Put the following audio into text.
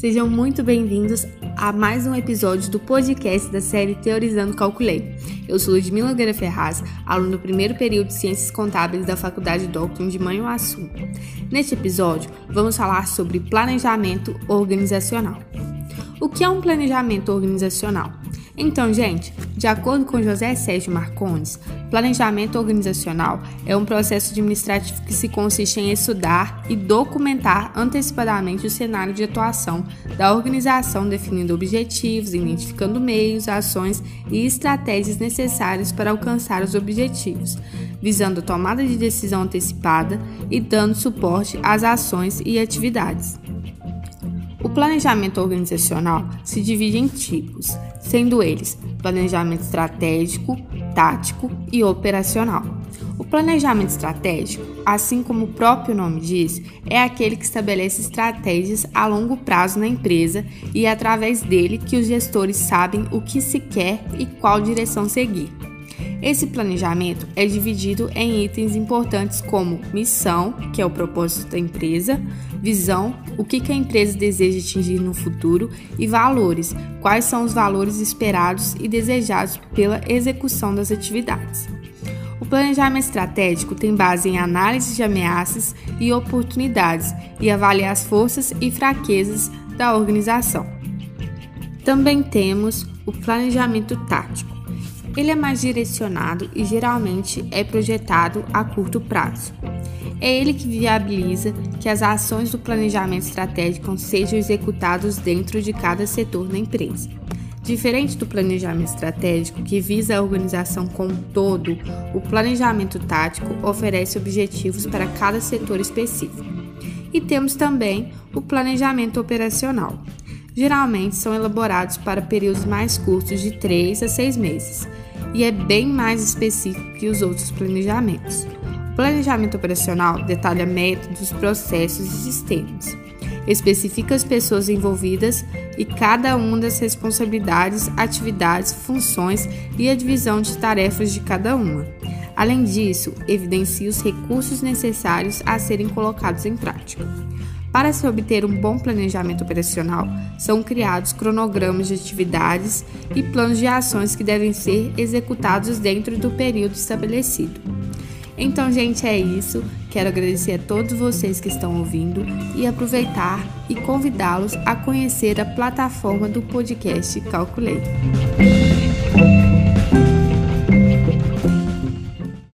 Sejam muito bem-vindos a mais um episódio do podcast da série Teorizando Calculei. Eu sou Ludmila Nogueira Ferraz, aluna do primeiro período de Ciências Contábeis da Faculdade Docton de Manhuaçu. Neste episódio, vamos falar sobre planejamento organizacional. O que é um planejamento organizacional? Então, gente, de acordo com José Sérgio Marcondes, planejamento organizacional é um processo administrativo que se consiste em estudar e documentar antecipadamente o cenário de atuação da organização, definindo objetivos, identificando meios, ações e estratégias necessárias para alcançar os objetivos, visando a tomada de decisão antecipada e dando suporte às ações e atividades. O planejamento organizacional se divide em tipos, sendo eles planejamento estratégico, tático e operacional. O planejamento estratégico, assim como o próprio nome diz, é aquele que estabelece estratégias a longo prazo na empresa e é através dele que os gestores sabem o que se quer e qual direção seguir. Esse planejamento é dividido em itens importantes como missão, que é o propósito da empresa, visão, o que a empresa deseja atingir no futuro, e valores, quais são os valores esperados e desejados pela execução das atividades. O planejamento estratégico tem base em análise de ameaças e oportunidades e avalia as forças e fraquezas da organização. Também temos o planejamento tático. Ele é mais direcionado e geralmente é projetado a curto prazo. É ele que viabiliza que as ações do planejamento estratégico sejam executadas dentro de cada setor da empresa. Diferente do planejamento estratégico, que visa a organização como um todo, o planejamento tático oferece objetivos para cada setor específico. E temos também o planejamento operacional. Geralmente são elaborados para períodos mais curtos de 3 a 6 meses e é bem mais específico que os outros planejamentos. O planejamento operacional detalha métodos, processos e sistemas, especifica as pessoas envolvidas e cada uma das responsabilidades, atividades, funções e a divisão de tarefas de cada uma. Além disso, evidencia os recursos necessários a serem colocados em prática. Para se obter um bom planejamento operacional, são criados cronogramas de atividades e planos de ações que devem ser executados dentro do período estabelecido. Então, gente, é isso. Quero agradecer a todos vocês que estão ouvindo e aproveitar e convidá-los a conhecer a plataforma do podcast Calculei.